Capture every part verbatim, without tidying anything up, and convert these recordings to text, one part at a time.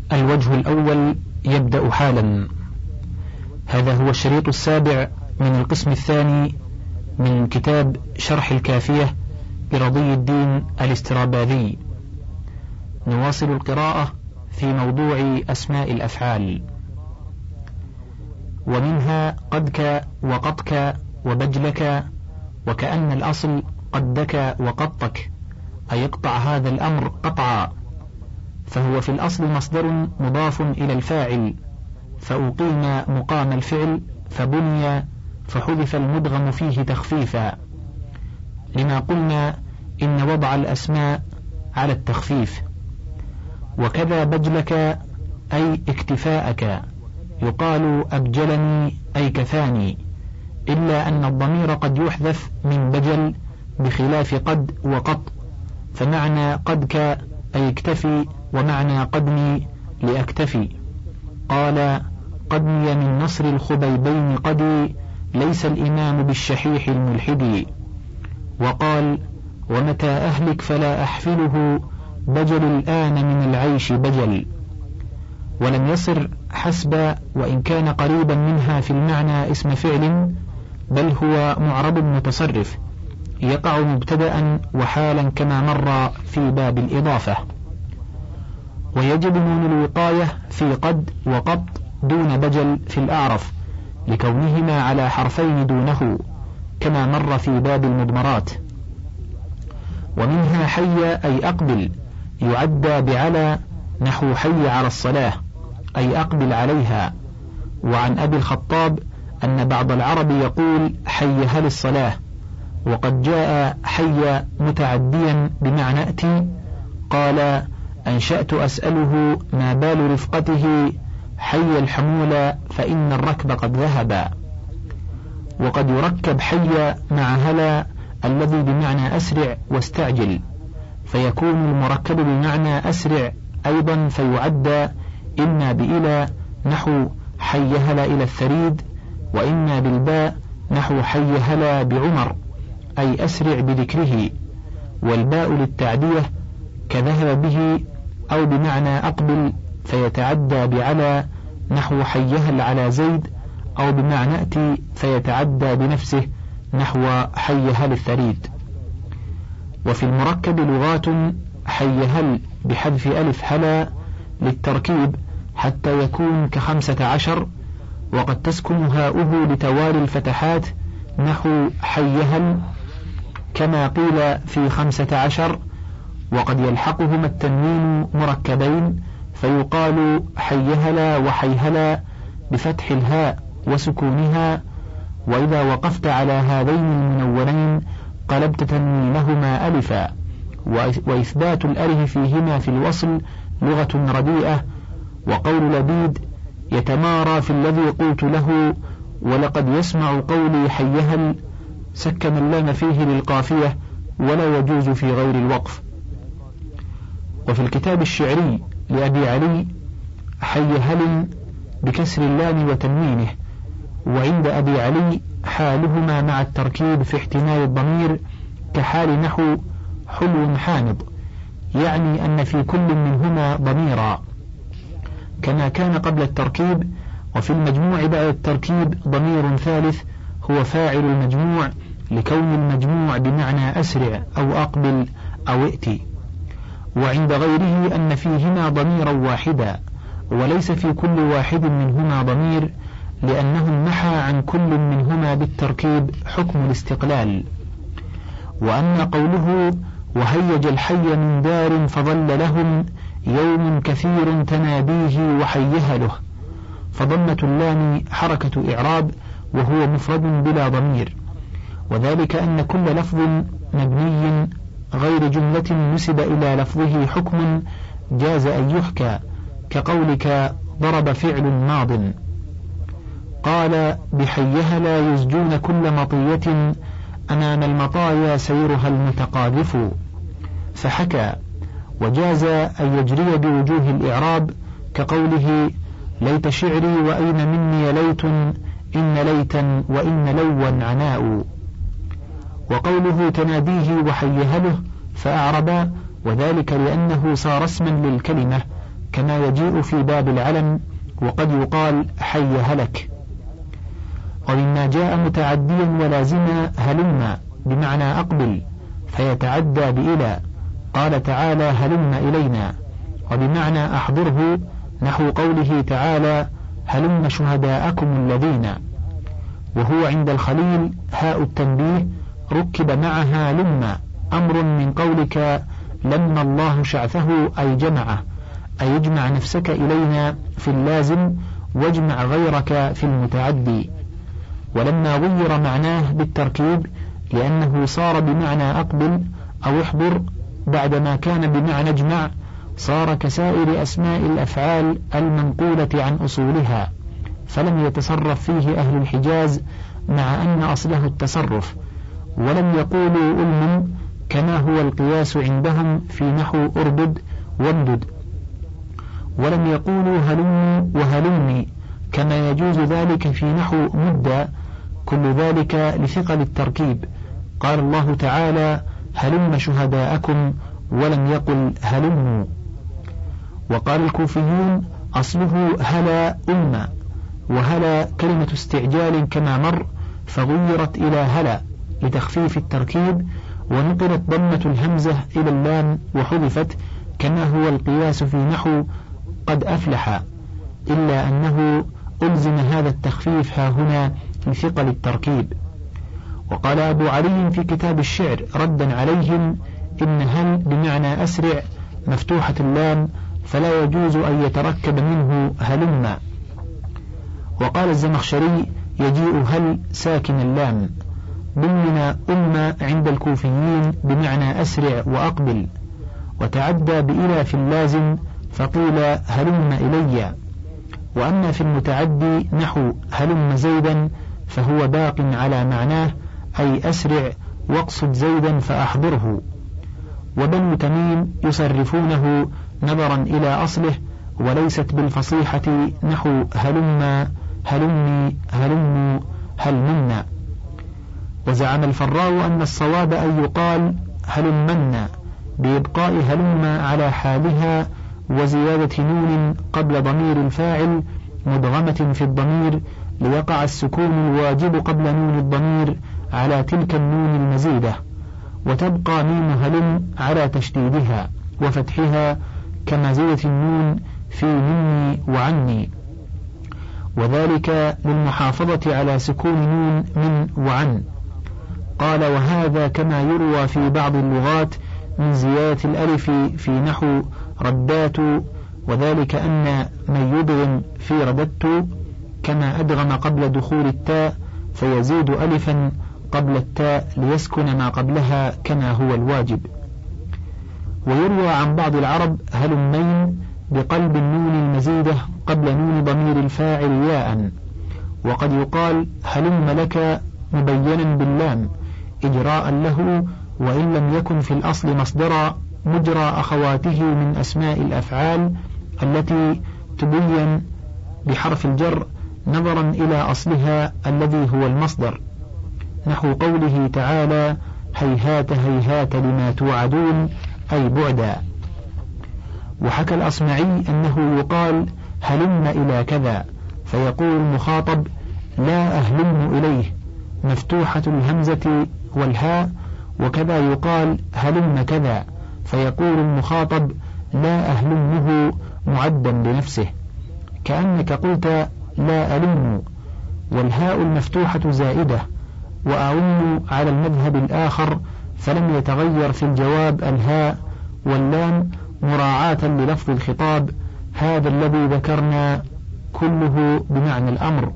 الوجه الأول يبدأ حالا. هذا هو الشريط السابع من القسم الثاني من كتاب شرح الكافية لرضي الدين الاستراباذي. نواصل القراءة في موضوع أسماء الأفعال. ومنها قدك وقطك وبجلك، وكأن الأصل قدك وقطك، أي اقطع هذا الأمر قطعا، فهو في الأصل مصدر مضاف إلى الفاعل، فأقيم مقام الفعل فبني فحذف المدغم فيه تخفيفا، لما قلنا إن وضع الأسماء على التخفيف. وكذا بجلك أي اكتفاءك، يقال أبجلني أي كفاني، إلا أن الضمير قد يحذف من بجل بخلاف قد وقط، فمعنى قدك أي اكتفي، ومعنى قدني لأكتفي. قال قدني من نصر الخبيبين قدي، ليس الإمام بالشحيح الملحدي. وقال ومتى أهلك فلا أحفله، بجل الآن من العيش بجل. ولم يصر حسب، وإن كان قريبا منها في المعنى اسم فعل، بل هو معرب متصرف يقع مبتدأ وحالا كما مر في باب الإضافة. ويجب نون الوقاية في قد وقط دون بجل في الأعرف، لكونهما على حرفين دونه كما مر في باب المضمرات. ومنها حي أي أقبل، يعدى بعلى نحو حي على الصلاة أي أقبل عليها. وعن أبي الخطاب أن بعض العرب يقول حي هل الصلاة، وقد جاء حي متعديا بمعنى أتي. قال أنشأت أسأله ما بال رفقته، حي الحمول فإن الركب قد ذهبا. وقد يركب حي مع هلا الذي بمعنى أسرع واستعجل، فيكون المركب بمعنى أسرع أيضا، فيعدى إما بإلى نحو حي هلا إلى الثريد، وإما بالباء نحو حي هلا بعمر أي أسرع بذكره، والباء للتعدية كذهب به، أو بمعنى أقبل فيتعدى بعلى نحو حي هل على زيد، أو بمعنى أتي فيتعدى بنفسه نحو حي هل الثريد. وفي المركب لغات حي هل بحذف ألف هلا للتركيب حتى يكون كخمسة عشر، وقد تسكن هاؤه لتوالي الفتحات نحو حي هل كما قيل في خمسة عشر. وقد يلحقهما التنوين مركبين، فيقال حي هلا وحي هلا بفتح الهاء وسكونها، وإذا وقفت على هذين المنونين قلبت تنوينهما ألفا. وإثبات الألف فيهما في الوصل لغة رديئة. وقول لبيد يتمارى في الذي قلت له، ولقد يسمع قولي حي هل، سكن اللام فيه للقافية ولا يجوز في غير الوقف. وفي الكتاب الشعري لأبي علي حي هل بكسر اللام وتنوينه، وعند أبي علي حالهما مع التركيب في احتمال الضمير كحال نحو حلو حامض، يعني أن في كل منهما ضميرا كما كان قبل التركيب. وفي المجموع بعد التركيب ضمير ثالث هو فاعل المجموع، لكون المجموع بمعنى أسرع أو أقبل أو ائتي. وعند غيره أن فيهما ضميرا واحدا، وليس في كل واحد منهما ضمير، لأنه محى عن كل منهما بالتركيب حكم الاستقلال. وأما قوله وهيج الحي من دار فظل لهم يوم كثير تناديه وحيها له، فضمة اللام حركة إعراب، وهو مفرد بلا ضمير، وذلك أن كل لفظ مبني غير جملة نسب إلى لفظه حكم جاز أن يحكى، كقولك ضرب فعل ماض. قال بحيها لا يزجون كل مطية، أمام المطايا سيرها المتقاذف، فحكى. وجاز أن يجري بوجوه الإعراب، كقوله ليت شعري وأين مني ليت، إن ليتا وإن لوا عناء. وقوله تناديه وحيها له فأعرب، وذلك لأنه صار اسما للكلمة كما يجيء في باب العلم، وقد يقال حي هلك. ومما جاء متعديا ولازما هلم بمعنى أقبل، فيتعدى بإلى، قال تعالى هلم إلينا، وبمعنى أحضره نحو قوله تعالى هلم شهداءكم الذين، وهو عند الخليل هاء التنبيه ركب معها لما، أمر من قولك لما الله شعثه أي جمعه، أي اجمع نفسك إلينا في اللازم واجمع غيرك في المتعدي. ولما غير معناه بالتركيب لأنه صار بمعنى أقبل أو احضر بعدما كان بمعنى اجمع، صار كسائر أسماء الأفعال المنقولة عن أصولها، فلم يتصرف فيه أهل الحجاز مع أن أصله التصرف، ولم يقولوا ألم كما هو القياس عندهم في نحو أردد وامدد، ولم يقولوا هلمي وهلمي كما يجوز ذلك في نحو مدة، كل ذلك لثقل التركيب. قال الله تعالى هلم شهداءكم ولم يقل هلموا. وقال الكوفيون أصله هلا أمة، وهلا كلمة استعجال كما مر، فغيرت إلى هلا لتخفيف التركيب، ونقلت ضمة الهمزة إلى اللام وحذفت كما هو القياس في نحو قد أفلح، إلا أنه ألزم هذا التخفيف ها هنا لثقل التركيب. وقال أبو علي في كتاب الشعر ردا عليهم إن هل بمعنى أسرع مفتوحة اللام، فلا يجوز أن يتركب منه هلم. وقال الزمخشري يجيء هل ساكن اللام، ضمن أمة عند الكوفيين بمعنى أسرع وأقبل، وتعدى بإلى في اللازم فقيل هلم إلي. وأما في المتعدي نحو هلم زيدا فهو باق على معناه، أي أسرع واقصد زيدا فأحضره. وبنو تميم يصرفونه نظرا إلى أصله، وليست بالفصيحة نحو هلم هلمي هلم هلمنا. وزعم الفراء أن الصواب أن يقال هلمنا بإبقاء هلم على حالها وزيادة نون قبل ضمير الفاعل مدغمة في الضمير، ليقع السكون الواجب قبل نون الضمير على تلك النون المزيدة، وتبقى ميم هلم على تشديدها وفتحها كما زيدت النون في مني وعني، وذلك للمحافظة على سكون نون من وعن. قال وهذا كما يروى في بعض اللغات من زيادة الألف في نحو ردات، وذلك أن من يدغم في رددت كما أدغم قبل دخول التاء فيزيد ألفا قبل التاء ليسكن ما قبلها كما هو الواجب. ويروى عن بعض العرب هلمين بقلب النون المزيدة قبل نون ضمير الفاعل ياء، وقد يقال هلم لك مبينا باللام إجراء له، وإن لم يكن في الأصل مصدرا مجرى أخواته من أسماء الأفعال التي تبين بحرف الجر نظرا إلى أصلها الذي هو المصدر، نحو قوله تعالى هيهات هيهات لما توعدون أي بعدا. وحكى الأصمعي أنه يقال هلم إلى كذا، فيقول المخاطب لا أهلم إليه مفتوحة الهمزة والهاء، وكذا يقال هلم كذا، فيقول المخاطب لا أهلمه معدا بنفسه، كأنك قلت لا ألم، والهاء المفتوحة زائدة. وأعم على المذهب الآخر فلم يتغير في الجواب الهاء واللام مراعاة للفظ الخطاب، هذا الذي ذكرنا كله بمعنى الأمر.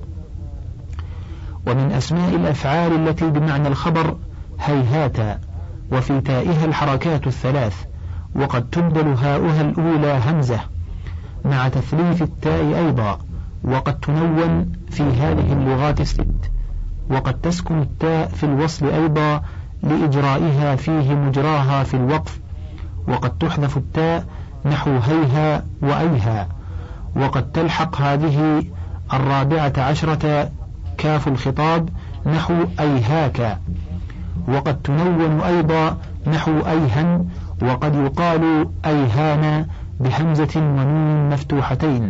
ومن أسماء الأفعال التي بمعنى الخبر هيهاتا، وفي تائها الحركات الثلاث، وقد تبدل هاؤها الأولى همزة مع تثليث التاء أيضا، وقد تنون في هذه اللغات الست، وقد تسكن التاء في الوصل أيضا لإجرائها فيه مجراها في الوقف، وقد تحذف التاء نحو هيها وأيها، وقد تلحق هذه الرابعة عشرة كاف الخطاب نحو أيهاك، وقد تنون أيضا نحو أيهن، وقد يقال أيهان بهمزة ونون مفتوحتين.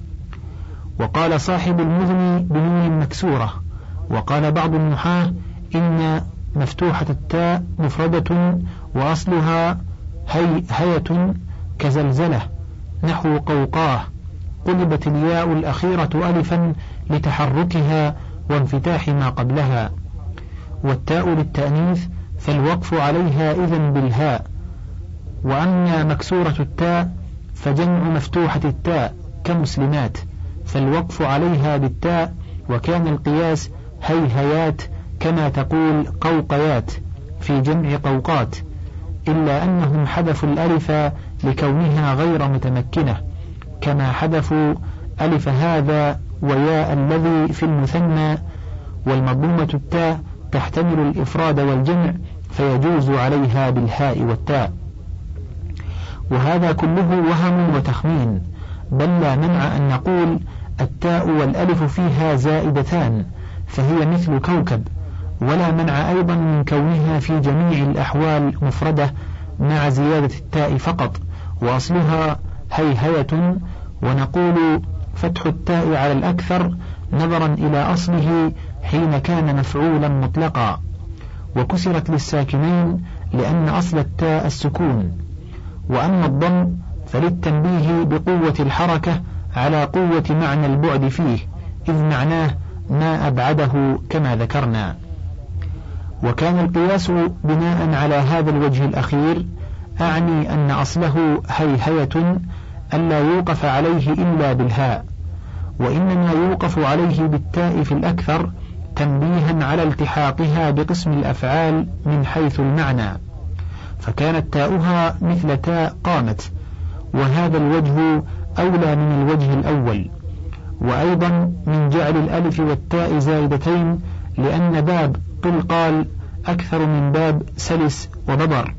وقال صاحب المغني بنون مكسورة. وقال بعض النحاة إن مفتوحة التاء مفردة وأصلها هي هية كزلزلة نحو قوقاه، قلبت الياء الأخيرة ألفا لتحركها وانفتاح ما قبلها. والتاء للتأنيث فالوقف عليها إذن بالهاء. وأما مكسورة التاء فجمع مفتوحة التاء كمسلمات، فالوقف عليها بالتاء. وكان القياس هيهيات كما تقول قوقيات في جمع قوقات، إلا أنهم حذفوا الألف لكونها غير متمكنة، كما حذفوا ألف هذا وياء الذي في المثنى. والمضمومة التاء تحتمل الإفراد والجمع فيجوز عليها بالهاء والتاء. وهذا كله وهم وتخمين، بل لا منع أن نقول التاء والألف فيها زائدتان فهي مثل كوكب، ولا منع أيضا من كونها في جميع الأحوال مفردة مع زيادة التاء فقط وأصلها هيهية. ونقول فتح التاء على الأكثر نظرا إلى أصله حين كان مفعولا مطلقا، وكسرت للساكنين لأن أصل التاء السكون. وأما الضم فللتنبيه بقوة الحركة على قوة معنى البعد فيه، إذ معناه ما أبعده كما ذكرنا. وكان القياس بناء على هذا الوجه الأخير، أعني أن أصله هيهية ألا يوقف عليه إلا بالهاء، وإنما يوقف عليه بالتاء في الأكثر تنبيها على التحاقها بقسم الأفعال من حيث المعنى، فكانت تاؤها مثل تاء قامت، وهذا الوجه أولى من الوجه الأول. وأيضا من جعل الألف والتاء زائدتين، لأن باب قل قال أكثر من باب سلس وببر.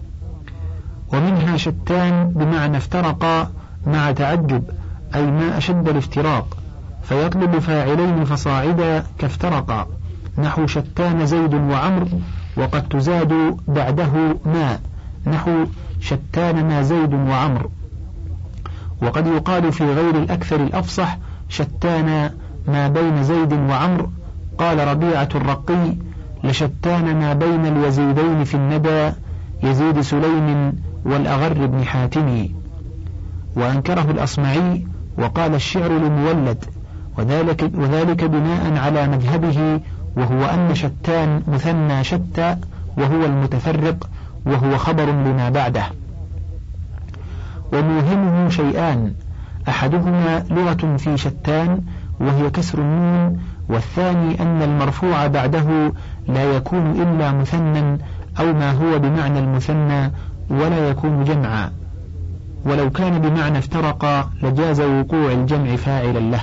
ومنها شتان بمعنى افترقا مع تعجب، أي ما أشد الافتراق، فيطلب فاعلين فصاعدا كافترقا نحو شتان زيد وعمر، وقد تزاد بعده ما نحو شتان ما زيد وعمر. وقد يقال في غير الأكثر الأفصح شتان ما بين زيد وعمر. قال ربيعة الرقي لشتان ما بين اليزيدين في الندى، يزيد سليم والأغر بن حاتم. وأنكره الأصمعي وقال الشعر لمولد، وذلك, وذلك بناء على مذهبه، وهو أن شتان مثنى شتى وهو المتفرق، وهو خبر لما بعده. وموهمه شيئان، أحدهما لغة في شتان وهي كسر النون، والثاني أن المرفوع بعده لا يكون إلا مثنى أو ما هو بمعنى المثنى ولا يكون جمعا، ولو كان بمعنى افترق لجاز وقوع الجمع فاعلا له.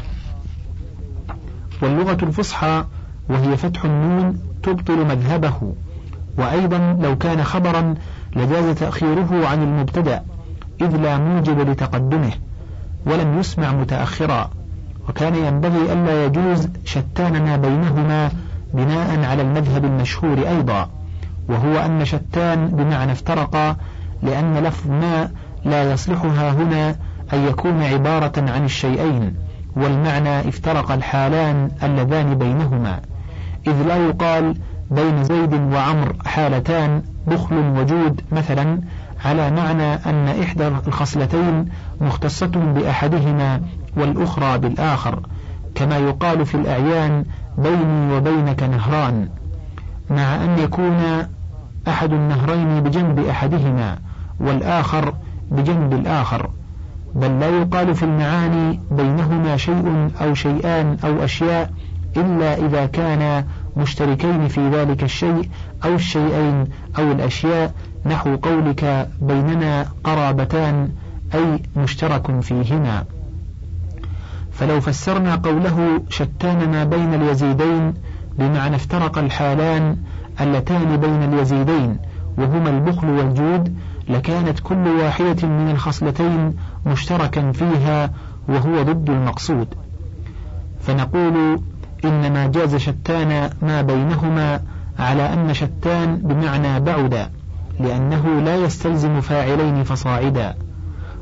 واللغة الفصحى وهي فتح النون تبطل مذهبه، وأيضا لو كان خبرا لجاز تأخيره عن المبتدأ إذ لا موجب لتقدمه ولم يسمع متأخرا. وكان ينبغي ألا يجوز شتان ما بينهما بناء على المذهب المشهور أيضا، وهو أن شتان بمعنى افترقا، لأن لفظ ما لا يصلحها هنا أن يكون عبارة عن الشيئين، والمعنى افترق الحالان اللذان بينهما، إذ لا يقال بين زيد وعمر حالتان بخل وجود مثلا، على معنى أن إحدى الخصلتين مختصة بأحدهما والأخرى بالآخر، كما يقال في الأعيان بيني وبينك نهران، مع أن يكون أحد النهرين بجنب أحدهما والآخر بجنب الآخر. بل لا يقال في المعاني بينهما شيء أو شيئان أو أشياء إلا إذا كانا مشتركين في ذلك الشيء أو الشيئين أو الأشياء، نحو قولك بيننا قرابتان أي مشترك فيهما. فلو فسرنا قوله شتان ما بين اليزيدين بمعنى افترق الحالان اللتان بين اليزيدين وهما البخل والجود، لكانت كل واحدة من الخصلتين مشتركا فيها وهو ضد المقصود. فنقول إنما جاز شتان ما بينهما على أن شتان بمعنى بعد، لأنه لا يستلزم فاعلين فصاعدا.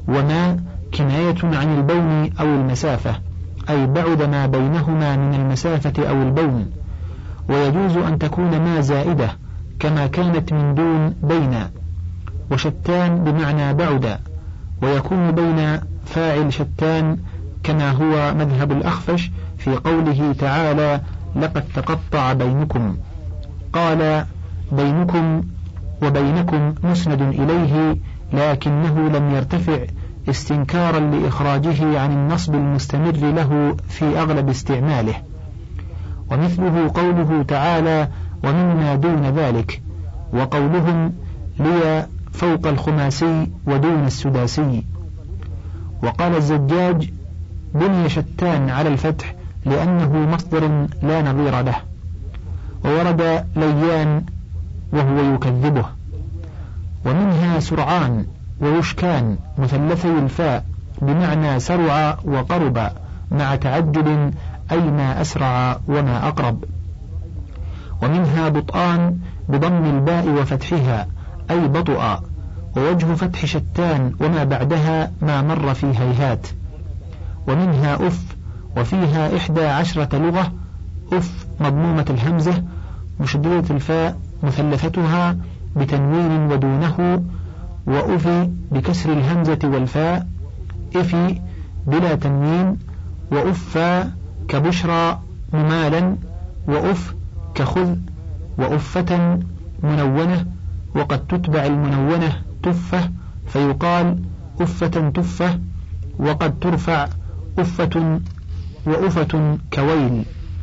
وما كناية عن البون أو المسافة، أي بعد ما بينهما من المسافة أو البون. ويجوز أن تكون ما زائدة كما كانت من دون بين. وشتان بمعنى بعد، ويكون بين فاعل شتان كما هو مذهب الأخفش في قوله تعالى لقد تقطع بينكم. قال بينكم وبينكم مسند إليه، لكنه لم يرتفع استنكارا لإخراجه عن النصب المستمر له في أغلب استعماله. ومثله قوله تعالى ومما دون ذلك، وقولهم لي فوق الخماسي ودون السداسي. وقال الزجاج بني شتان على الفتح لأنه مصدر لا نظير له. وورد ليان وهو يكذبه. ومنها سرعان ويشكان مثلثي الفاء بمعنى سرع وقرب مع تعجب، أي ما أسرع وما أقرب. ومنها بطآن بضم الباء وفتحها، أي بطؤ. ووجه فتح شتان وما بعدها ما مر في هيهات. ومنها أف، وفيها إحدى عشرة لغة. أف مضمومة الهمزة مشددة الفاء مثلثتها بتنوين ودونه، وأفي بكسر الهمزة والفاء، إفي بلا تنوين، وأفا كبشرى ممالا، وأف كخذ، وأفة منونة، وقد تتبع المنونة تفة فيقال أفة تفة، وقد ترفع أفة وأفة كويل.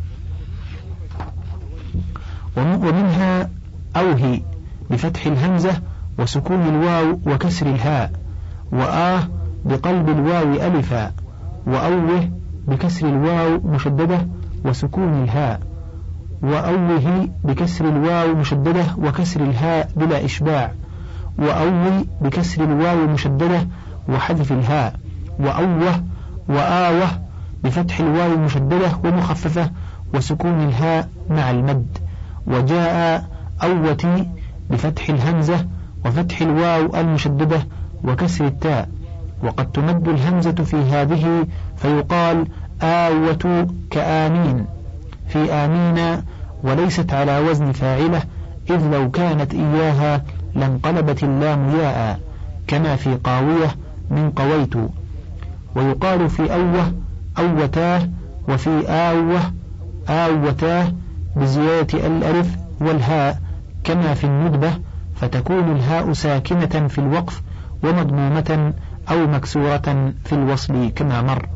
ومنها أوهي بفتح الهمزة وسكون الواو وكسر الهاء، وآه بقلب الواو ألفا، وأوه بكسر الواو مشددة وسكون الهاء، وأوه بكسر الواو مشددة وكسر الهاء بلا إشباع، وأوه بكسر الواو مشددة وحذف الهاء، وأوه وآوه بفتح الواو مشددة ومخففة وسكون الهاء مع المد. وجاء أوتي بفتح الهمزة وفتح الواو المشددة وكسر التاء، وقد تمد الهمزة في هذه فيقال آوة كآمين في آمين، وليست على وزن فاعلة، إذ لو كانت إياها لانقلبت اللام ياء كما في قاوية من قويت. ويقال في أوه أوتاه، وفي آوه آوتاه بزيادة الألف والهاء كما في الندبة، فتكون الهاء ساكنة في الوقف ومضمومة أو مكسورة في الوصل كما مر.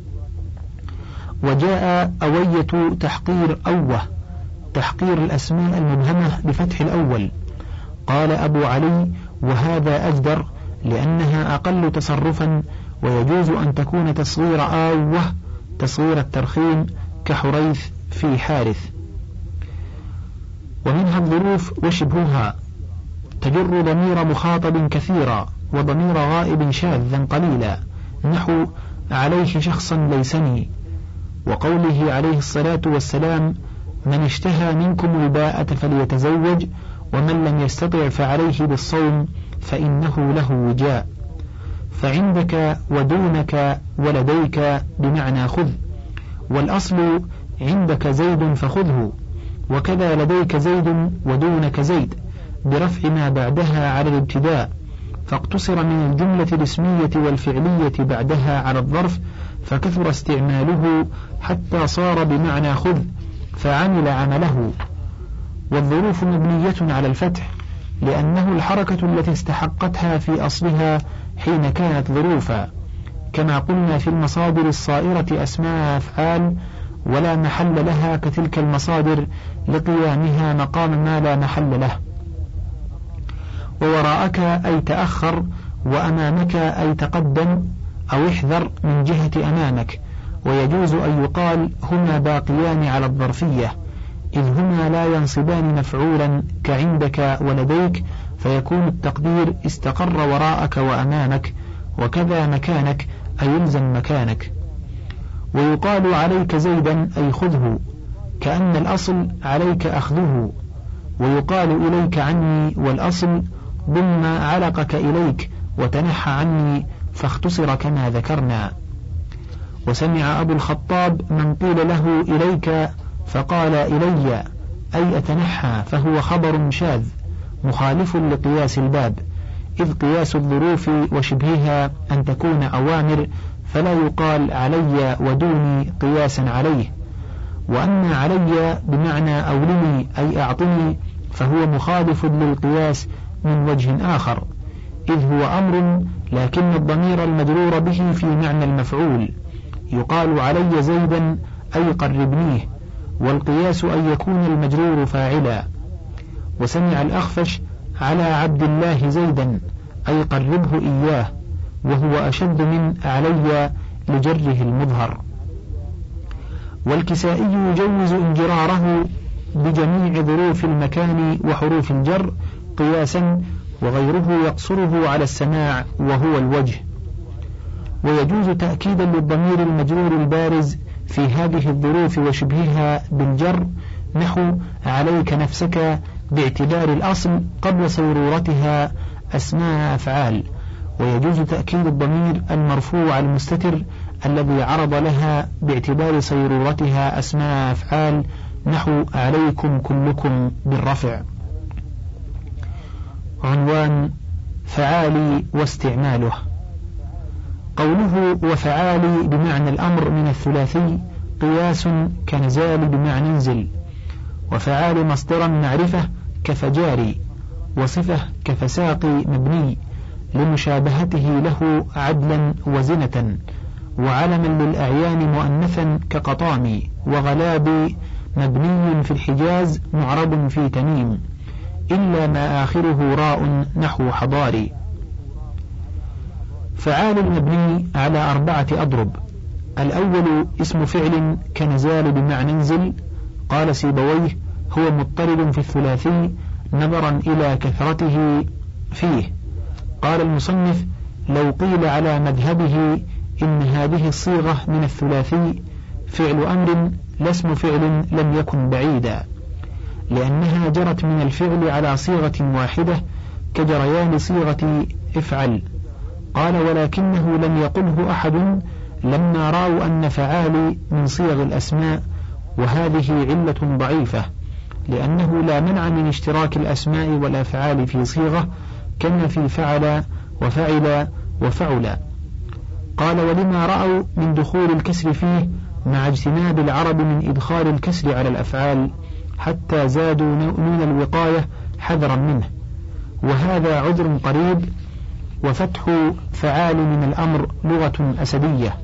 وجاء أوية تحقير أوه، تحقير الأسماء المبهمة بفتح الأول. قال أبو علي وهذا أجدر لأنها أقل تصرفا، ويجوز أن تكون تصغير آوه تصغير الترخيم كحريث في حارث. ومنها الظروف وشبهها تجر ضمير مخاطب كثيرا وضمير غائب شاذا قليلا، نحو عليه شخصا ليسني، وقوله عليه الصلاة والسلام من اشتهى منكم الباءة فليتزوج، ومن لم يستطع فعليه بالصوم فإنه له وجاء. فعندك ودونك ولديك بمعنى خذ، والأصل عندك زيد فخذه، وكذا لديك زيد ودونك زيد برفع ما بعدها على الابتداء، فاقتصر من الجملة الاسمية والفعلية بعدها على الظرف، فكثر استعماله حتى صار بمعنى خذ فعمل عمله. والظروف مبنية على الفتح لأنه الحركة التي استحقتها في أصلها حين كانت ظروفا، كما قلنا في المصادر الصائرة أسماء أفعال ولا محل لها كتلك المصادر لقيامها مقام ما لا محل له. ووراءك أي تأخر، وأمامك أي تقدم أو احذر من جهة أمامك. ويجوز أن يقال هما باقيان على الظرفية، إذ هما لا ينصبان مفعولا كعندك ولديك، فيكون التقدير استقر وراءك وأمامك، وكذا مكانك أي يلزم مكانك. ويقال عليك زيدا أي خذه، كأن الأصل عليك أخذه. ويقال إليك عني، والأصل ضم علقك إليك وتنحى عني، فاختصر كما ذكرنا. وسمع أبو الخطاب من قيل له إليك فقال إلي أي أتنحى، فهو خبر شاذ مخالف لقياس الباب، إذ قياس الظروف وشبهها أن تكون أوامر، فلا يقال علي ودوني قياسا عليه. وأما علي بمعنى أولني أي أعطني فهو مخالف للقياس من وجه آخر، إذ هو أمر لكن الضمير المجرور به في معنى المفعول، يقال علي زيدا أي قربنيه، والقياس أن يكون المجرور فاعلا. وسمع الأخفش على عبد الله زيدا أي قربه إياه، وهو أشد من علي لجره المظهر. والكسائي يجوز انجراره بجميع ظروف المكان وحروف الجر قياسا، وغيره يقصره على السماع وهو الوجه. ويجوز تأكيدا للضمير المجرور البارز في هذه الظروف وشبهها بالجر، نحو عليك نفسك باعتبار الأصل قبل صيرورتها أسماء أفعال. ويجوز تأكيد الضمير المرفوع المستتر الذي عرض لها باعتبار صيرورتها أسماء أفعال، نحو عليكم كلكم بالرفع. عنوان فعالي واستعماله. قوله وفعالي بمعنى الأمر من الثلاثي قياس كنزال بمعنى انزل، وفعال مصدرا معرفة كفجاري، وصفة كفساقي مبني لمشابهته له عدلا وزنة، وعلما للأعيان مؤنثا كقطامي، وغلابي مبني في الحجاز معرب في تميم إلا ما آخره راء نحو حضاري. فعال المبني على أربعة أضرب. الأول اسم فعل كنزال بمعنى انزل، قال سيبويه هو مضطرد في الثلاثي نظرا إلى كثرته فيه. قال المصنف لو قيل على مذهبه إن هذه الصيغة من الثلاثي فعل أمر لاسم فعل لم يكن بعيدا، لأنها جرت من الفعل على صيغة واحدة كجريان صيغة افعل. قال ولكنه لم يقله أحد لما رأوا أن فعالي من صيغ الأسماء، وهذه علة ضعيفة، لأنه لا منع من اشتراك الأسماء والأفعال في صيغة كما في فعل وفعل وفعل. قال ولما رأوا من دخول الكسر فيه مع اجتناب العرب من إدخال الكسر على الأفعال، حتى زادوا نون الوقاية حذرا منه، وهذا عذر قريب. وفتح فعال من الأمر لغة أسدية.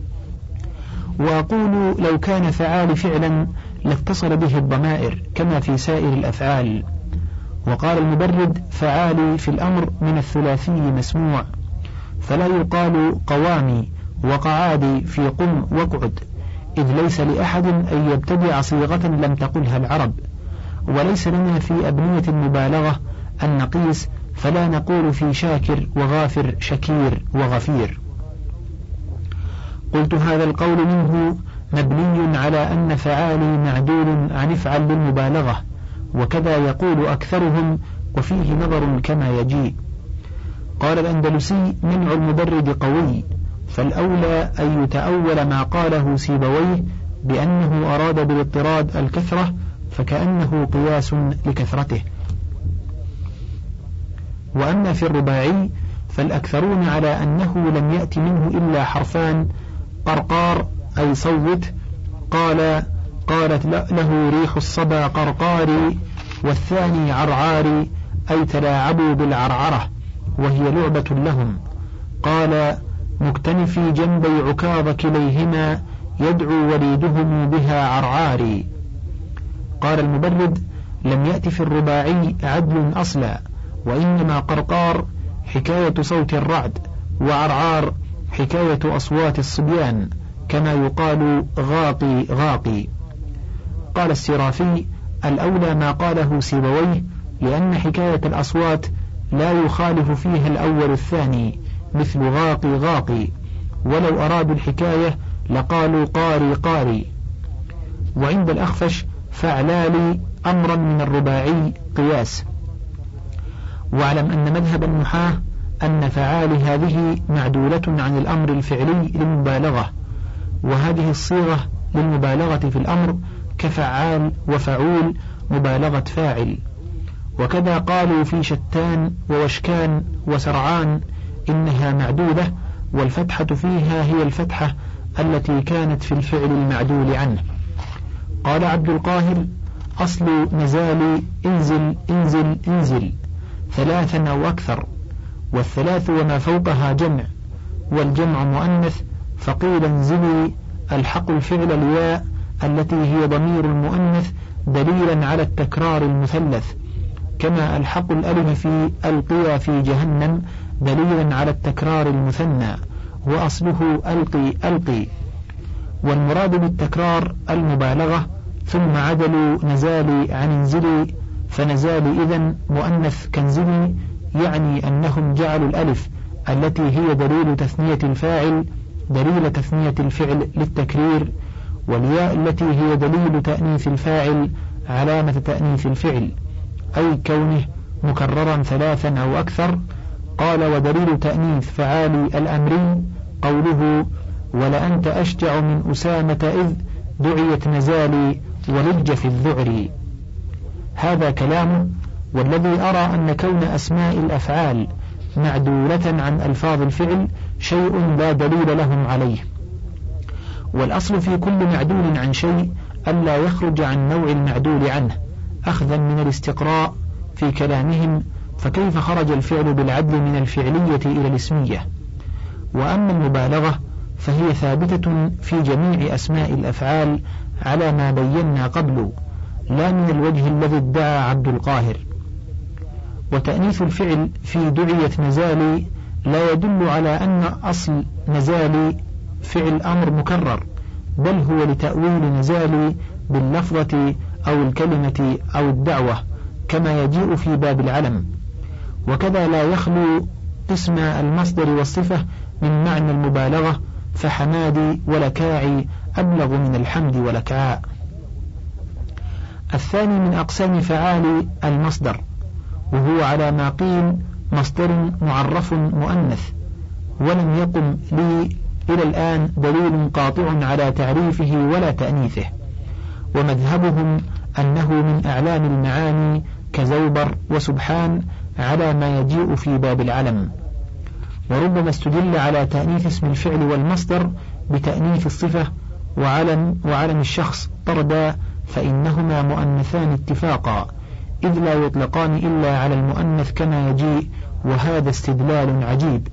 وأقول لو كان فعال فعلا لاتصل به الضمائر كما في سائر الأفعال. وقال المبرد فعالي في الأمر من الثلاثي مسموع، فلا يقال قوامي وقعادي في قم واقعد، إذ ليس لأحد أن يبتدع صيغة لم تقلها العرب. وليس لنا في أبنية المبالغة أن نقيس، فلا نقول في شاكر وغافر شكير وغفير. قلت هذا القول منه مبني على أن فعالي معدول عن افعل للمبالغة، وكذا يقول أكثرهم، وفيه نظر كما يجيء. قال الأندلسي منع المبرد قوي، فالأولى أن يتأول ما قاله سيبويه بأنه أراد بالاضطراد الكثرة، فكأنه قياس لكثرته. وأما في الرباعي فالأكثرون على أنه لم يأت منه إلا حرفان، قرقار أي صوت، قال قالت له ريح الصبا قرقاري، والثاني عرعاري أي تلاعبوا بالعرعرة وهي لعبة لهم. قال مكتنفي جنبي عكاظ كليهما يدعو وليدهم بها عرعاري. قال المبرد لم يأت في الرباعي عدل أصلا، وإنما قرقار حكاية صوت الرعد، وعرعار حكاية أصوات الصبيان، كما يقال غاقي غاقي. قال السرافي الأولى ما قاله سيبويه، لأن حكاية الأصوات لا يخالف فيها الأول الثاني، مثل غاقي غاقي، ولو أرادوا الحكاية لقالوا قاري قاري. وعند الأخفش فعلالي أمرا من الرباعي قياس. واعلم أن مذهب النحاة أن فعال هذه معدولة عن الأمر الفعلي للمبالغة، وهذه الصيغة للمبالغة في الأمر كفعال وفعول مبالغة فاعل. وكذا قالوا في شتان ووشكان وسرعان إنها معدولة، والفتحة فيها هي الفتحة التي كانت في الفعل المعدول عنه. قال عبد القاهر: أصل نزال انزل انزل انزل ثلاثا أو أكثر، والثلاث وما فوقها جمع، والجمع مؤنث، فقيل انزلي الحق الفعل الياء التي هي ضمير المؤنث دليلا على التكرار المثلث، كما الحق الألف في القيا في جهنم دليلا على التكرار المثنى، وأصله ألقي ألقي. والمراد بالتكرار المبالغة. ثم عدلوا نزالي عن انزلي، فنزالي إذن مؤنث كانزلي، يعني أنهم جعلوا الألف التي هي دليل تثنية الفاعل دليل تثنية الفعل للتكرير، والياء التي هي دليل تأنيث الفاعل علامة تأنيث الفعل، أي كونه مكررا ثلاثا أو أكثر. قال: ودليل تأنيث فعالي الأمري قوله: ولأنت أشجع من أسامة إذ دعيت نزالي ولج في الذعر. هذا كلامه. والذي أرى أن كون أسماء الأفعال معدولة عن ألفاظ الفعل شيء لا دليل لهم عليه، والأصل في كل معدول عن شيء ألا يخرج عن نوع المعدول عنه، أخذا من الاستقراء في كلامهم، فكيف خرج الفعل بالعدل من الفعلية إلى الاسمية؟ وأما المبالغة فهي ثابتة في جميع أسماء الأفعال على ما بينا قبل، لا من الوجه الذي ادعى عبد القاهر. وتأنيث الفعل في دعية نزالي لا يدل على أن أصل نزالي فعل أمر مكرر، بل هو لتأويل نزالي باللفظة أو الكلمة أو الدعوة كما يجيء في باب العلم. وكذا لا يخلو اسم المصدر والصفة من معنى المبالغة، فحمادي ولكاعي أبلغ من الحمد ولكعاء. الثاني من أقسام فعال المصدر، وهو على ما قيل مصدر معرف مؤنث، ولم يقم لي إلى الآن دليل قاطع على تعريفه ولا تأنيثه، ومذهبهم أنه من أعلام المعاني كزوبر وسبحان على ما يجيء في باب العلم. وربما استدل على تأنيث اسم الفعل والمصدر بتأنيث الصفة وعلم, وعلم الشخص طردا، فإنهما مؤنثان اتفاقا، إذ لا يطلقان إلا على المؤنث كما يجيء، وهذا استدلال عجيب.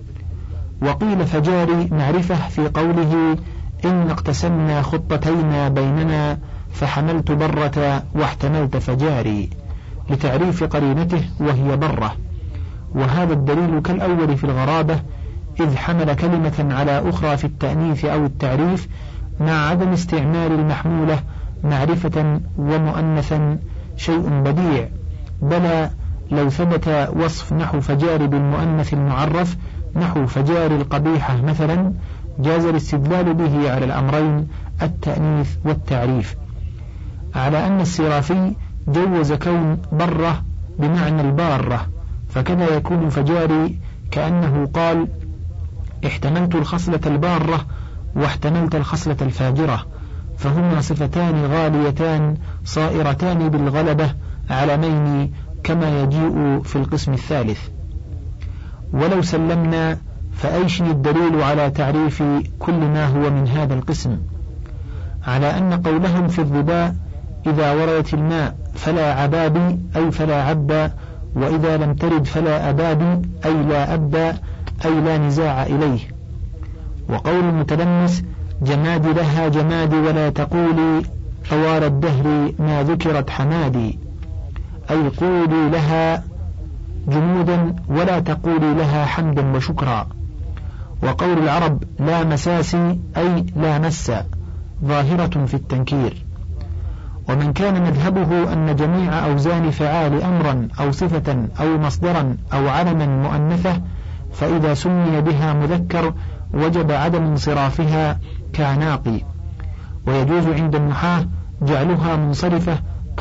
وقيل فجاري معرفة في قوله: إن اقتسمنا خطتين بيننا فحملت برة واحتملت فجاري، لتعريف قرينته وهي برة. وهذا الدليل كالأول في الغرابة، إذ حمل كلمة على أخرى في التأنيث أو التعريف مع عدم استعمال المحمولة معرفة ومؤنثا شيء بديع. بلى لو ثبت وصف نحو فجار بالمؤنث المعرف نحو فجار القبيحة مثلا، جاز الاستدلال به على الأمرين التأنيث والتعريف، على أن السرافي جوز كون برة بمعنى البارة، فكذا يكون فجاري كأنه قال: احتملت الخصلة البارة واحتملت الخصلة الفاجرة، فهما صفتان غاليتان صائرتان بالغلبة علمين كما يجيء في القسم الثالث. ولو سلمنا فأيش الدليل على تعريف كل ما هو من هذا القسم، على أن قولهم في الربا: إذا وردت الماء فلا عبابي أي فلا عبا، وإذا لم ترد فلا أبابي أي لا أبا أي لا نزاع إليه. وقول المتلمس: جماد لها جماد ولا تقولي طوال الدهر ما ذكرت حمادي، أي قولي لها جمودا ولا تقولي لها حمدا وشكرا. وقول العرب: لا مساسي أي لا مس، ظاهرة في التنكير. ومن كان مذهبه أن جميع أوزان فعال أمرا أو صفة أو مصدرا أو علما مؤنثة، فإذا سمي بها مذكر وجب عدم انصرافها كعناقي، ويجوز عند النحاة جعلها منصرفة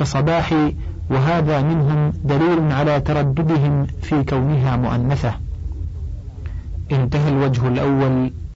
كصباحي، وهذا منهم دليل على ترددهم في كونها مؤنثة. انتهى الوجه الأول.